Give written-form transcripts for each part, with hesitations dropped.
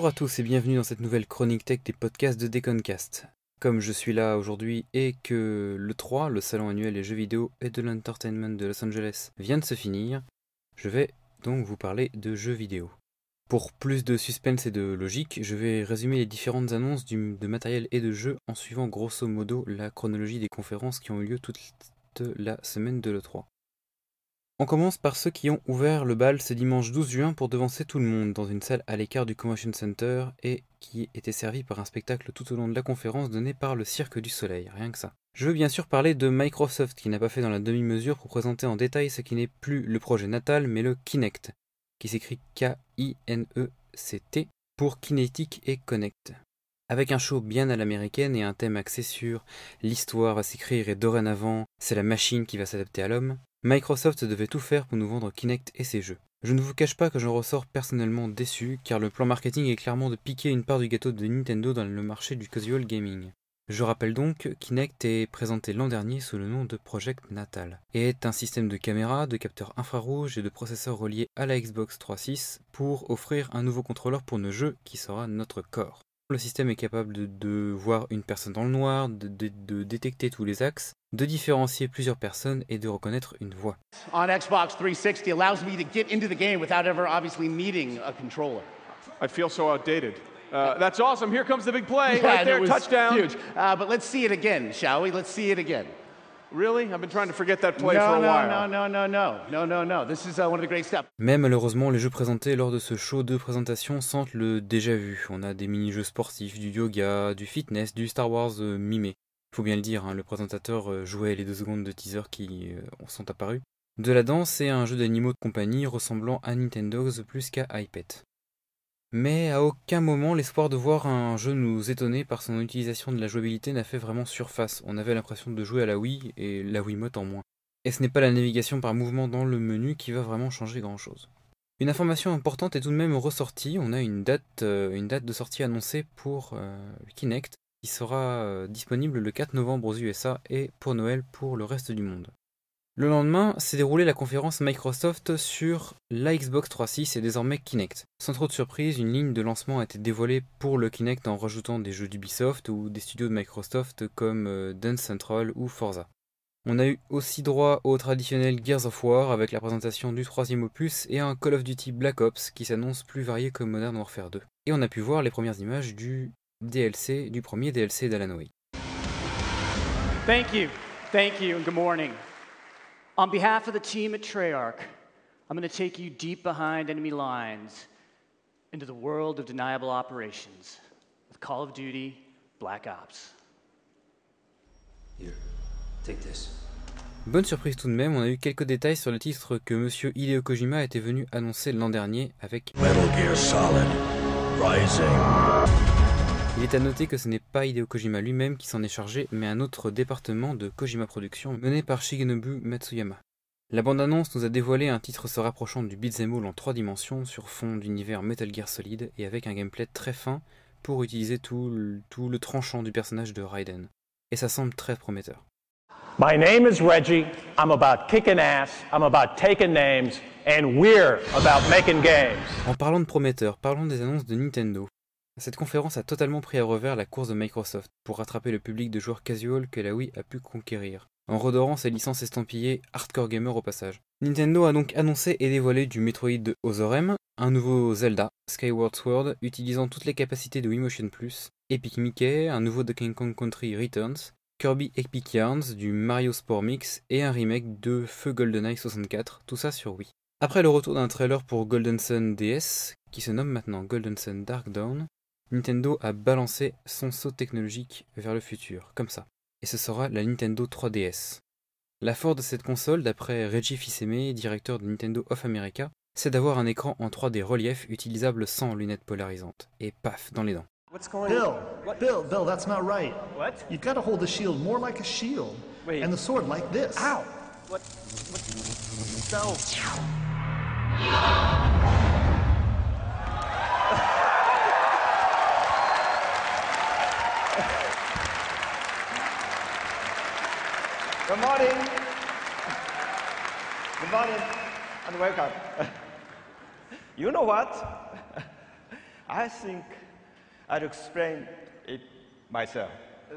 Bonjour à tous et bienvenue dans cette nouvelle chronique tech des podcasts de Deconcast. Comme je suis là aujourd'hui et que le 3, le salon annuel des jeux vidéo et de l'entertainment de Los Angeles, vient de se finir, je vais donc vous parler de jeux vidéo. Pour plus de suspense et de logique, je vais résumer les différentes annonces de matériel et de jeux en suivant grosso modo la chronologie des conférences qui ont eu lieu toute la semaine de l'E3. On commence par ceux qui ont ouvert le bal ce dimanche 12 juin pour devancer tout le monde dans une salle à l'écart du Convention Center et qui était servie par un spectacle tout au long de la conférence donné par le Cirque du Soleil, rien que ça. Je veux bien sûr parler de Microsoft qui n'a pas fait dans la demi-mesure pour présenter en détail ce qui n'est plus le projet natal mais le Kinect, qui s'écrit K-I-N-E-C-T pour Kinetic et Connect. Avec un show bien à l'américaine et un thème axé sur l'histoire va s'écrire et dorénavant c'est la machine qui va s'adapter à l'homme, Microsoft devait tout faire pour nous vendre Kinect et ses jeux. Je ne vous cache pas que j'en ressors personnellement déçu, car le plan marketing est clairement de piquer une part du gâteau de Nintendo dans le marché du casual gaming. Je rappelle donc, Kinect est présenté l'an dernier sous le nom de Project Natal, et est un système de caméras, de capteurs infrarouges et de processeurs reliés à la Xbox 360 pour offrir un nouveau contrôleur pour nos jeux qui sera notre corps. Le système est capable de voir une personne dans le noir, de détecter tous les axes, de différencier plusieurs personnes et de reconnaître une voix. On Xbox 360 allows me to get into the game without ever obviously needing a controller. I feel so outdated. That's awesome. Here comes the big play. Right there, touchdown. Huge. But let's see it again, shall we? Let's see it again. Really? I've been trying to forget that play for a while. No. This is one of the great stuff. Mais malheureusement, les jeux présentés lors de ce show de présentation sentent le déjà-vu. On a des mini-jeux sportifs, du yoga, du fitness, du Star Wars mimé. Faut bien le dire, hein, le présentateur jouait les 2 secondes de teaser qui sont apparus. De la danse et un jeu d'animaux de compagnie ressemblant à Nintendo's plus qu'à iPad. Mais à aucun moment l'espoir de voir un jeu nous étonner par son utilisation de la jouabilité n'a fait vraiment surface. On avait l'impression de jouer à la Wii et la Wiimote en moins. Et ce n'est pas la navigation par mouvement dans le menu qui va vraiment changer grand chose. Une information importante est tout de même ressortie, on a une date de sortie annoncée pour Kinect qui sera disponible le 4 novembre aux USA et pour Noël pour le reste du monde. Le lendemain, s'est déroulée la conférence Microsoft sur la Xbox 360 et désormais Kinect. Sans trop de surprise, une ligne de lancement a été dévoilée pour le Kinect en rajoutant des jeux d'Ubisoft ou des studios de Microsoft comme Dance Central ou Forza. On a eu aussi droit au traditionnel Gears of War avec la présentation du 3e opus et un Call of Duty Black Ops qui s'annonce plus varié que Modern Warfare 2. Et on a pu voir les premières images du premier DLC d'Alan Wake. Thank you, and good morning. On behalf of the team at Treyarch, I'm going to take you deep behind enemy lines into the world of deniable operations with Call of Duty Black Ops. Here, take this. Bonne surprise tout de même, on a eu quelques détails sur le titre que monsieur Hideo Kojima était venu annoncer l'an dernier avec Metal Gear Solid Rising. Il est à noter que ce n'est pas Hideo Kojima lui-même qui s'en est chargé, mais un autre département de Kojima Productions mené par Shigenobu Matsuyama. La bande-annonce nous a dévoilé un titre se rapprochant du beat'em all en 3 dimensions sur fond d'univers Metal Gear Solid et avec un gameplay très fin pour utiliser tout le tranchant du personnage de Raiden. Et ça semble très prometteur. My name is Reggie, I'm about kicking ass, I'm about taking names, and we're about making games. En parlant de prometteur, parlons des annonces de Nintendo. Cette conférence a totalement pris à revers la course de Microsoft pour rattraper le public de joueurs casual que la Wii a pu conquérir, en redorant ses licences estampillées hardcore gamer au passage. Nintendo a donc annoncé et dévoilé du Metroid Other M, un nouveau Zelda, Skyward Sword, utilisant toutes les capacités de Wiimotion Plus, Epic Mickey, un nouveau Donkey Kong Country Returns, Kirby Epic Yarns, du Mario Sport Mix et un remake de Feu GoldenEye 64, tout ça sur Wii. Après le retour d'un trailer pour Golden Sun DS, qui se nomme maintenant Golden Sun Dark Dawn, Nintendo a balancé son saut technologique vers le futur, comme ça. Et ce sera la Nintendo 3DS. La force de cette console, d'après Reggie Fils-Aimé, directeur de Nintendo of America, c'est d'avoir un écran en 3D relief utilisable sans lunettes polarisantes. Et paf, dans les dents. Bill, that's not right. What? You've got to hold the shield more like a shield. Wait. And the sword like this. Ow! What? No. Good morning. Good morning and welcome. You know what? I think I'd explain it myself.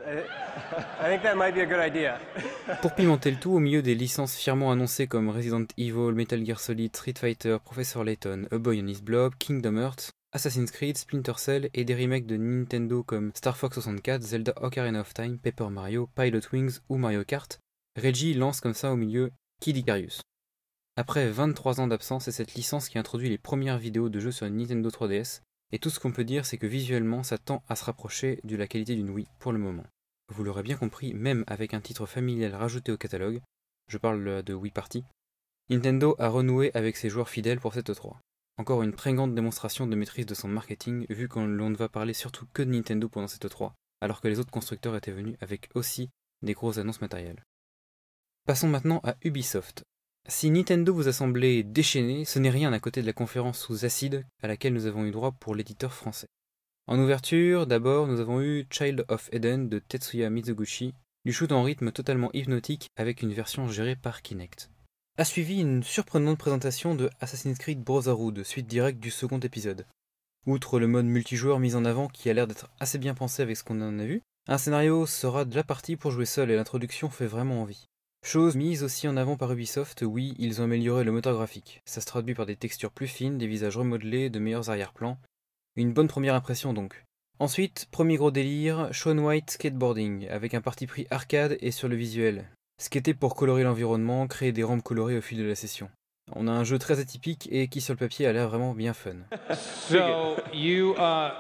I think that might be a good idea. Pour pimenter le tout, au milieu des licences fièrement annoncées comme Resident Evil, Metal Gear Solid, Street Fighter, Professor Layton, A Boy and His Blob, Kingdom Hearts, Assassin's Creed, Splinter Cell et des remakes de Nintendo comme Star Fox 64, Zelda Ocarina of Time, Paper Mario, Pilot Wings ou Mario Kart, Reggie lance comme ça au milieu Kid Icarus. Après 23 ans d'absence, c'est cette licence qui introduit les premières vidéos de jeux sur une Nintendo 3DS, et tout ce qu'on peut dire c'est que visuellement ça tend à se rapprocher de la qualité d'une Wii pour le moment. Vous l'aurez bien compris, même avec un titre familial rajouté au catalogue, je parle de Wii Party, Nintendo a renoué avec ses joueurs fidèles pour cette E3. Encore une très grande démonstration de maîtrise de son marketing, vu qu'on ne va parler surtout que de Nintendo pendant cette E3, alors que les autres constructeurs étaient venus avec aussi des grosses annonces matérielles. Passons maintenant à Ubisoft. Si Nintendo vous a semblé déchaîné, ce n'est rien à côté de la conférence sous acide à laquelle nous avons eu droit pour l'éditeur français. En ouverture, d'abord, nous avons eu Child of Eden de Tetsuya Mizoguchi, du shoot en rythme totalement hypnotique avec une version gérée par Kinect. A suivi une surprenante présentation de Assassin's Creed Brotherhood, suite directe du second épisode. Outre le mode multijoueur mis en avant qui a l'air d'être assez bien pensé avec ce qu'on en a vu, un scénario sera de la partie pour jouer seul et l'introduction fait vraiment envie. Chose mise aussi en avant par Ubisoft, oui, ils ont amélioré le moteur graphique. Ça se traduit par des textures plus fines, des visages remodelés, de meilleurs arrière-plans. Une bonne première impression donc. Ensuite, premier gros délire, Shaun White Skateboarding, avec un parti pris arcade et sur le visuel. Skater pour colorer l'environnement, créer des rampes colorées au fil de la session. On a un jeu très atypique et qui sur le papier a l'air vraiment bien fun. So you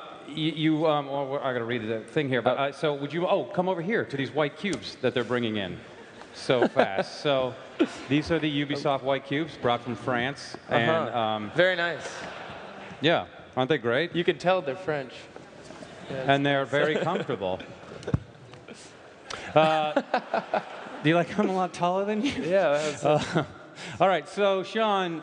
well, I gotta read the thing here, but so would you come over here to these white cubes that they're bringing in so fast. So these are the Ubisoft white cubes brought from France, and very nice. Yeah, aren't they great? You can tell they're French. Yeah, and they're very comfortable. Do you like I'm a lot taller than you? Yeah, that's all right, so Sean,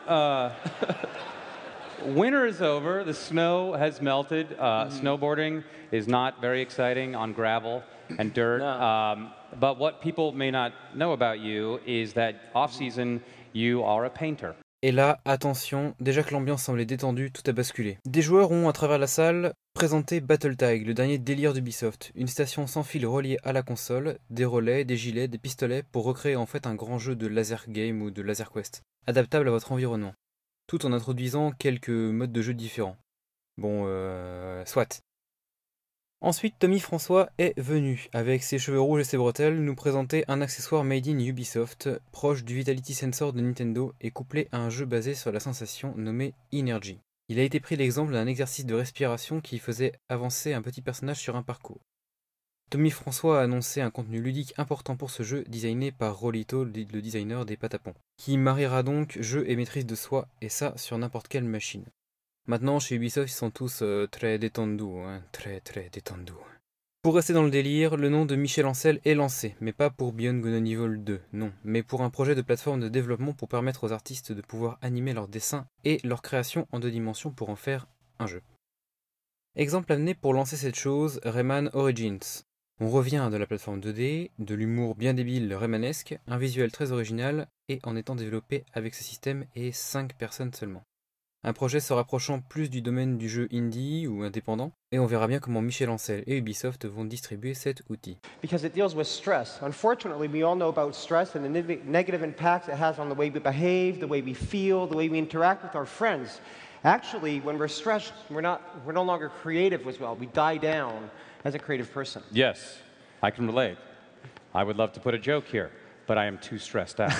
winter is over, the snow has melted, snowboarding is not very exciting on gravel and dirt, No. But what people may not know about you is that off-season, you are a painter. Et là, attention, déjà que l'ambiance semblait détendue, tout a basculé. Des joueurs ont, à travers la salle, présenté BattleTag, le dernier délire d'Ubisoft, une station sans fil reliée à la console, des relais, des gilets, des pistolets, pour recréer en fait un grand jeu de laser game ou de laser quest, adaptable à votre environnement, tout en introduisant quelques modes de jeu différents. Bon, soit. Ensuite, Tommy François est venu, avec ses cheveux rouges et ses bretelles, nous présenter un accessoire made in Ubisoft, proche du Vitality Sensor de Nintendo et couplé à un jeu basé sur la sensation nommé Energy. Il a été pris l'exemple d'un exercice de respiration qui faisait avancer un petit personnage sur un parcours. Tommy François a annoncé un contenu ludique important pour ce jeu, designé par Rolito, le designer des Patapons, qui mariera donc jeu et maîtrise de soi, et ça sur n'importe quelle machine. Maintenant, chez Ubisoft, ils sont tous très détendus, très détendus. Pour rester dans le délire, le nom de Michel Ancel est lancé, mais pas pour Beyond Good and Evil 2, non, mais pour un projet de plateforme de développement pour permettre aux artistes de pouvoir animer leurs dessins et leur création en 2 dimensions pour en faire un jeu. Exemple amené pour lancer cette chose, Rayman Origins. On revient de la plateforme 2D, de l'humour bien débile raymanesque, un visuel très original et en étant développé avec ce système et 5 personnes seulement. Un projet se rapprochant plus du domaine du jeu indie ou indépendant, et on verra bien comment Michel Ancel et Ubisoft vont distribuer cet outil. Because it deals with stress. Unfortunately, we all know about stress and the negative impacts it has on the way we behave, the way we feel, the way we interact with our friends. Actually, when we're stressed, we're no longer creative as well. We die down as a creative person. Yes, I can relate. I would love to put a joke here, but I am too stressed out.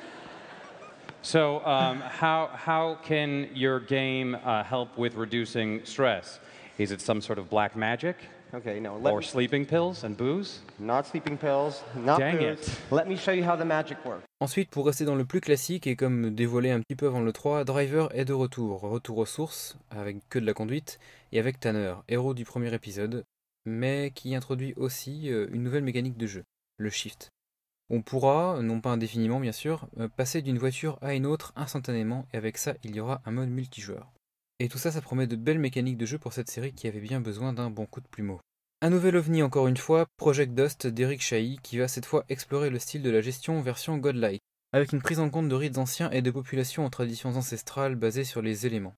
So how can your game help with reducing stress? Is it some sort of black magic? Okay, no. Or sleeping pills and booze? Not sleeping pills, not Dang booze. it. Let me show you how the magic works. Ensuite, pour rester dans le plus classique et comme dévoilé un petit peu avant le 3, Driver est de retour aux sources, avec que de la conduite, et avec Tanner, héros du premier épisode, mais qui introduit aussi une nouvelle mécanique de jeu, le shift. On pourra, non pas indéfiniment bien sûr, passer d'une voiture à une autre instantanément, et avec ça, il y aura un mode multijoueur. Et tout ça, ça promet de belles mécaniques de jeu pour cette série qui avait bien besoin d'un bon coup de plumeau. Un nouvel ovni encore une fois, Project Dust d'Eric Chahi, qui va cette fois explorer le style de la gestion version godlike, avec une prise en compte de rites anciens et de populations aux traditions ancestrales basées sur les éléments.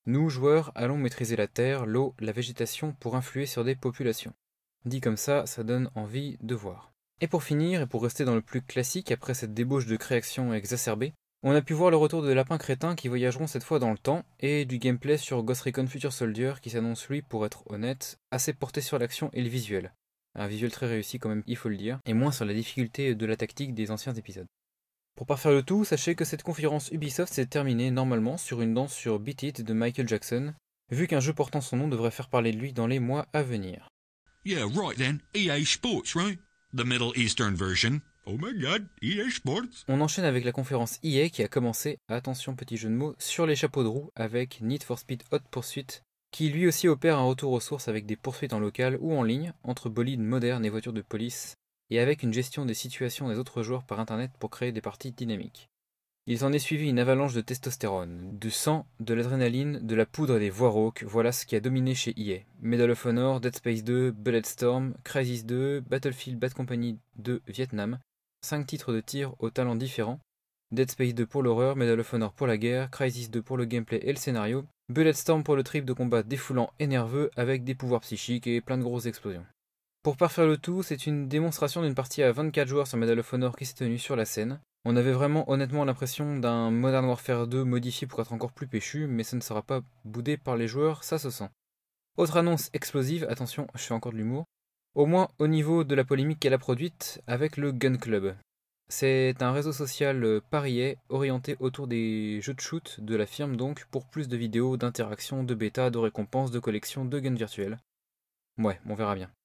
Nous, joueurs, allons maîtriser la terre, l'eau, la végétation pour influer sur des populations. Dit comme ça donne envie de voir. Et pour finir, et pour rester dans le plus classique après cette débauche de création exacerbée, on a pu voir le retour de lapins crétins qui voyageront cette fois dans le temps, et du gameplay sur Ghost Recon Future Soldier qui s'annonce lui, pour être honnête, assez porté sur l'action et le visuel. Un visuel très réussi quand même, il faut le dire, et moins sur la difficulté de la tactique des anciens épisodes. Pour parfaire le tout, sachez que cette conférence Ubisoft s'est terminée normalement sur une danse sur Beat It de Michael Jackson, vu qu'un jeu portant son nom devrait faire parler de lui dans les mois à venir. Yeah, right then. EA Sports, right? The Middle Eastern version. Oh my god, EA Sports. On enchaîne avec la conférence EA qui a commencé, attention petit jeu de mots, sur les chapeaux de roue avec Need for Speed Hot Pursuit, qui lui aussi opère un retour aux sources avec des poursuites en local ou en ligne, entre bolides modernes et voitures de police, et avec une gestion des situations des autres joueurs par internet pour créer des parties dynamiques. Il s'en est suivi une avalanche de testostérone, du sang, de l'adrénaline, de la poudre et des voix rauques, voilà ce qui a dominé chez EA. Medal of Honor, Dead Space 2, Bulletstorm, Crysis 2, Battlefield Bad Company 2 Vietnam, 5 titres de tir aux talents différents, Dead Space 2 pour l'horreur, Medal of Honor pour la guerre, Crysis 2 pour le gameplay et le scénario, Bulletstorm pour le trip de combat défoulant et nerveux avec des pouvoirs psychiques et plein de grosses explosions. Pour parfaire le tout, c'est une démonstration d'une partie à 24 joueurs sur Medal of Honor qui s'est tenue sur la scène. On avait vraiment honnêtement l'impression d'un Modern Warfare 2 modifié pour être encore plus péchu, mais ça ne sera pas boudé par les joueurs, ça se sent. Autre annonce explosive, attention, je fais encore de l'humour, au moins au niveau de la polémique qu'elle a produite avec le Gun Club. C'est un réseau social parisien orienté autour des jeux de shoot de la firme donc, pour plus de vidéos, d'interactions, de bêta, de récompenses, de collections, de guns virtuels. Ouais, on verra bien.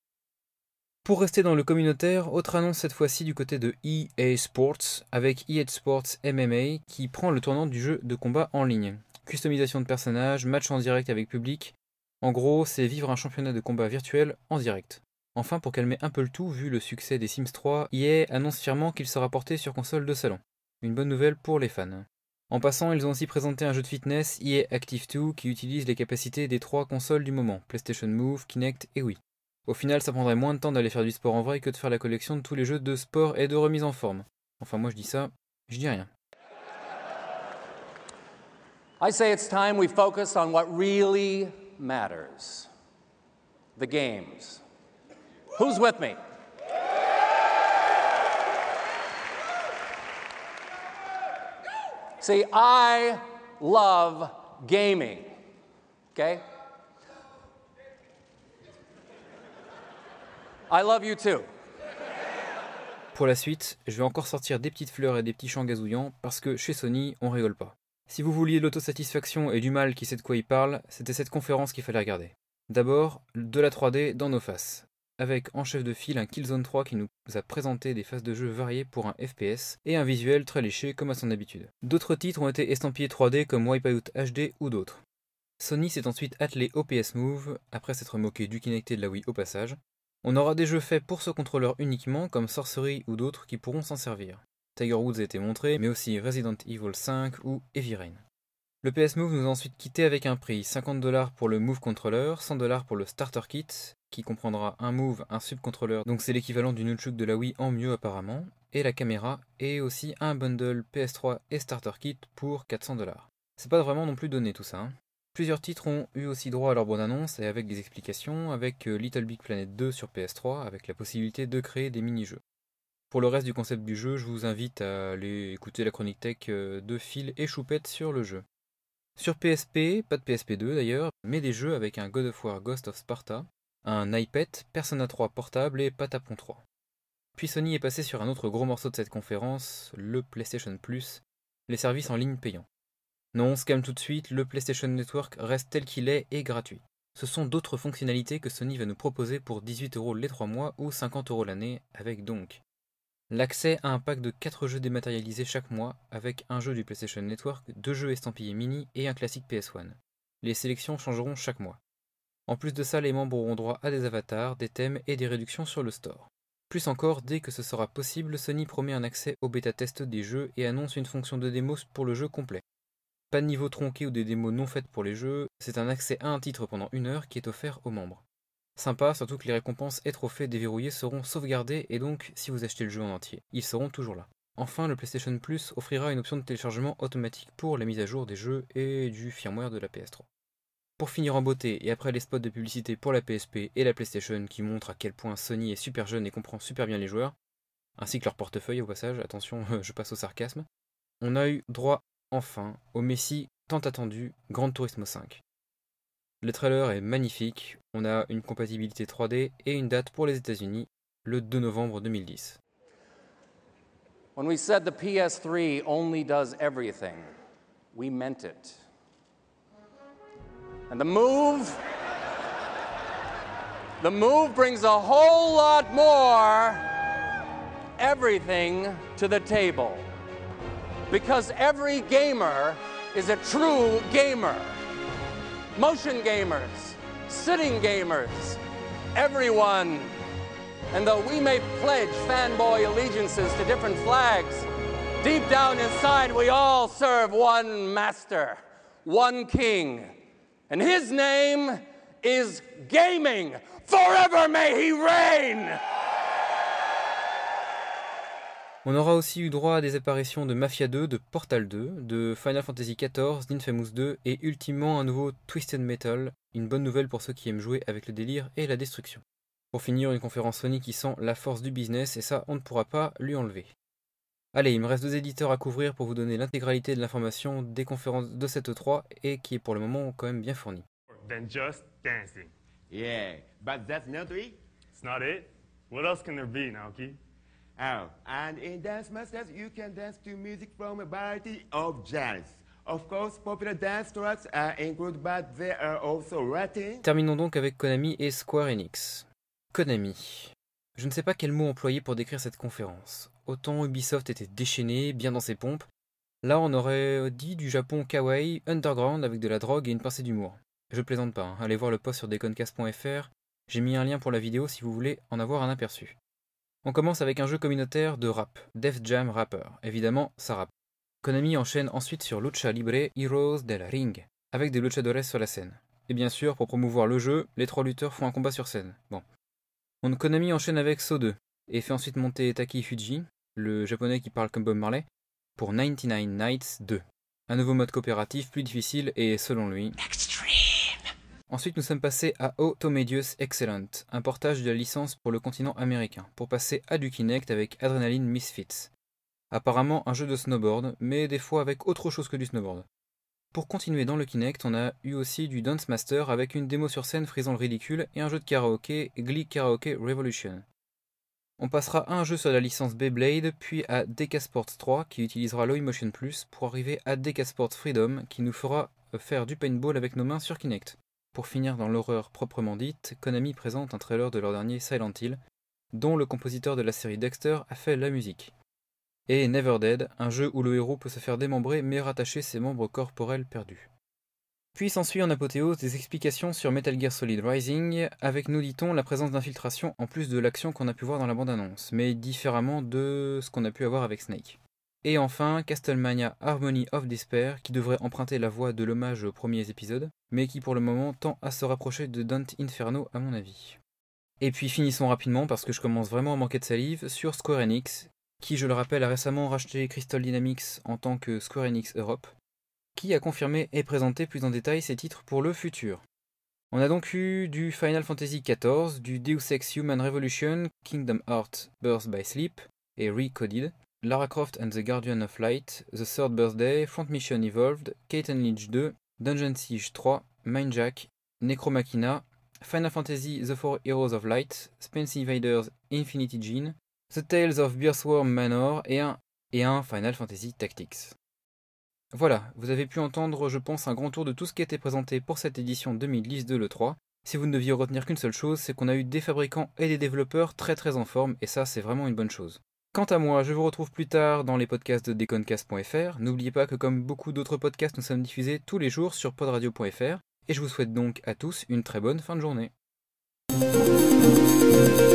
Pour rester dans le communautaire, autre annonce cette fois-ci du côté de EA Sports, avec EA Sports MMA qui prend le tournant du jeu de combat en ligne. Customisation de personnages, match en direct avec public, en gros c'est vivre un championnat de combat virtuel en direct. Enfin pour calmer un peu le tout, vu le succès des Sims 3, EA annonce fièrement qu'il sera porté sur console de salon. Une bonne nouvelle pour les fans. En passant, ils ont aussi présenté un jeu de fitness, EA Active 2, qui utilise les capacités des 3 consoles du moment, PlayStation Move, Kinect et Wii. Au final, ça prendrait moins de temps d'aller faire du sport en vrai que de faire la collection de tous les jeux de sport et de remise en forme. Enfin, moi je dis ça, je dis rien. I say it's time we focus on what really matters. The games. Who's with me? See, I love gaming, okay? I love you too. Pour la suite, je vais encore sortir des petites fleurs et des petits chants gazouillants parce que chez Sony, on rigole pas. Si vous vouliez l'autosatisfaction et du mal qui sait de quoi il parle, c'était cette conférence qu'il fallait regarder. D'abord, de la 3D dans nos faces, avec en chef de file un Killzone 3 qui nous a présenté des phases de jeu variées pour un FPS et un visuel très léché comme à son habitude. D'autres titres ont été estampillés 3D comme Wipeout HD ou d'autres. Sony s'est ensuite attelé au PS Move, après s'être moqué du Kinect et de la Wii au passage. On aura des jeux faits pour ce contrôleur uniquement, comme Sorcery ou d'autres qui pourront s'en servir. Tiger Woods a été montré, mais aussi Resident Evil 5 ou Heavy Rain. Le PS Move nous a ensuite quitté avec un prix 50$ pour le Move Controller, 100$ pour le Starter Kit, qui comprendra un Move, un Subcontroller, donc c'est l'équivalent du nunchuk de la Wii en mieux apparemment, et la caméra, et aussi un bundle PS3 et Starter Kit pour 400$. C'est pas vraiment non plus donné tout ça, hein. Plusieurs titres ont eu aussi droit à leur bande-annonce et avec des explications, avec Little Big Planet 2 sur PS3, avec la possibilité de créer des mini-jeux. Pour le reste du concept du jeu, je vous invite à aller écouter la chronique tech de Phil et Choupette sur le jeu. Sur PSP, pas de PSP2 d'ailleurs, mais des jeux avec un God of War Ghost of Sparta, un iPad, Persona 3 portable et Patapon 3. Puis Sony est passé sur un autre gros morceau de cette conférence, le PlayStation Plus, les services en ligne payants. Non, on se calme tout de suite, le PlayStation Network reste tel qu'il est et gratuit. Ce sont d'autres fonctionnalités que Sony va nous proposer pour 18€ les 3 mois ou 50€ l'année, avec donc l'accès à un pack de 4 jeux dématérialisés chaque mois, avec un jeu du PlayStation Network, 2 jeux estampillés mini et un classique PS1. Les sélections changeront chaque mois. En plus de ça, les membres auront droit à des avatars, des thèmes et des réductions sur le store. Plus encore, dès que ce sera possible, Sony promet un accès au bêta-test des jeux et annonce une fonction de démo pour le jeu complet. Pas de niveau tronqué ou des démos non faites pour les jeux, c'est un accès à un titre pendant 1 heure qui est offert aux membres. Sympa, surtout que les récompenses et trophées déverrouillés seront sauvegardés et donc, si vous achetez le jeu en entier, ils seront toujours là. Enfin, le PlayStation Plus offrira une option de téléchargement automatique pour la mise à jour des jeux et du firmware de la PS3. Pour finir en beauté, et après les spots de publicité pour la PSP et la PlayStation qui montrent à quel point Sony est super jeune et comprend super bien les joueurs, ainsi que leur portefeuille au passage, attention, je passe au sarcasme, on a eu droit enfin au Messi tant attendu Gran Turismo 5. Le trailer est magnifique, on a une compatibilité 3D et une date pour les États-Unis, le 2 novembre 2010. When we said the PS3 only does everything, we meant it. And the move brings a whole lot more everything to the table. Because every gamer is a true gamer. Motion gamers, sitting gamers, everyone. And though we may pledge fanboy allegiances to different flags, deep down inside we all serve one master, one king. And his name is gaming. Forever may he reign! On aura aussi eu droit à des apparitions de Mafia 2, de Portal 2, de Final Fantasy XIV, d'Infamous 2 et ultimement un nouveau Twisted Metal, une bonne nouvelle pour ceux qui aiment jouer avec le délire et la destruction. Pour finir, une conférence Sony qui sent la force du business et ça, on ne pourra pas lui enlever. Allez, il me reste 2 éditeurs à couvrir pour vous donner l'intégralité de l'information des conférences de cette E3 et qui est pour le moment quand même bien fournie. Than just dancing. Yeah, but that's not it. It's not it? What else can there be, Naoki? Oh, and in Dance Masters, you can dance to music from a variety of genres. Of course, popular dance tracks are included, but there are also Latin. Terminons donc avec Konami et Square Enix. Konami. Je ne sais pas quel mot employer pour décrire cette conférence. Autant Ubisoft était déchaîné, bien dans ses pompes. Là, on aurait dit du Japon kawaii, underground, avec de la drogue et une pincée d'humour. Je plaisante pas, hein. Allez voir le post sur deconcast.fr. J'ai mis un lien pour la vidéo si vous voulez en avoir un aperçu. On commence avec un jeu communautaire de rap, Def Jam Rapper. Évidemment, ça rappe. Konami enchaîne ensuite sur Lucha Libre Heroes del Ring, avec des luchadores sur la scène. Et bien sûr, pour promouvoir le jeu, les 3 lutteurs font un combat sur scène. Bon. Konami enchaîne avec So 2, et fait ensuite monter Taki Fuji, le japonais qui parle comme Bob Marley, pour 99 Nights 2. Un nouveau mode coopératif plus difficile et, selon lui, extreme. Ensuite, nous sommes passés à Automedius Excellent, un portage de la licence pour le continent américain, pour passer à du Kinect avec Adrenaline Misfits. Apparemment un jeu de snowboard, mais des fois avec autre chose que du snowboard. Pour continuer dans le Kinect, on a eu aussi du Dance Master avec une démo sur scène frisant le ridicule et un jeu de karaoké, Glee Karaoke Revolution. On passera à un jeu sur la licence Beyblade, puis à Deca Sports 3 qui utilisera Low-Motion Plus pour arriver à Deca Sports Freedom qui nous fera faire du paintball avec nos mains sur Kinect. Pour finir dans l'horreur proprement dite, Konami présente un trailer de leur dernier Silent Hill, dont le compositeur de la série Dexter a fait la musique. Et Never Dead, un jeu où le héros peut se faire démembrer mais rattacher ses membres corporels perdus. Puis s'ensuit en apothéose des explications sur Metal Gear Solid Rising, avec, nous dit-on, la présence d'infiltration en plus de l'action qu'on a pu voir dans la bande-annonce, mais différemment de ce qu'on a pu avoir avec Snake. Et enfin, Castlevania Harmony of Despair, qui devrait emprunter la voix de l'hommage aux premiers épisodes, mais qui pour le moment tend à se rapprocher de Dante Inferno à mon avis. Et puis finissons rapidement, parce que je commence vraiment à manquer de salive, sur Square Enix, qui je le rappelle a récemment racheté Crystal Dynamics en tant que Square Enix Europe, qui a confirmé et présenté plus en détail ses titres pour le futur. On a donc eu du Final Fantasy XIV, du Deus Ex Human Revolution, Kingdom Hearts Birth by Sleep et Recoded, Lara Croft and the Guardian of Light, The Third Birthday, Front Mission Evolved, Kate and Lynch 2, Dungeon Siege 3, Mindjack, Necro Machina, Final Fantasy The Four Heroes of Light, Space Invaders Infinity Gene, The Tales of Beersworm Manor et un Final Fantasy Tactics. Voilà, vous avez pu entendre, je pense, un grand tour de tout ce qui a été présenté pour cette édition 2010 de l'E3. Si vous ne deviez retenir qu'une seule chose, c'est qu'on a eu des fabricants et des développeurs très en forme, et ça c'est vraiment une bonne chose. Quant à moi, je vous retrouve plus tard dans les podcasts de deconcast.fr. N'oubliez pas que comme beaucoup d'autres podcasts, nous sommes diffusés tous les jours sur podradio.fr, et je vous souhaite donc à tous une très bonne fin de journée.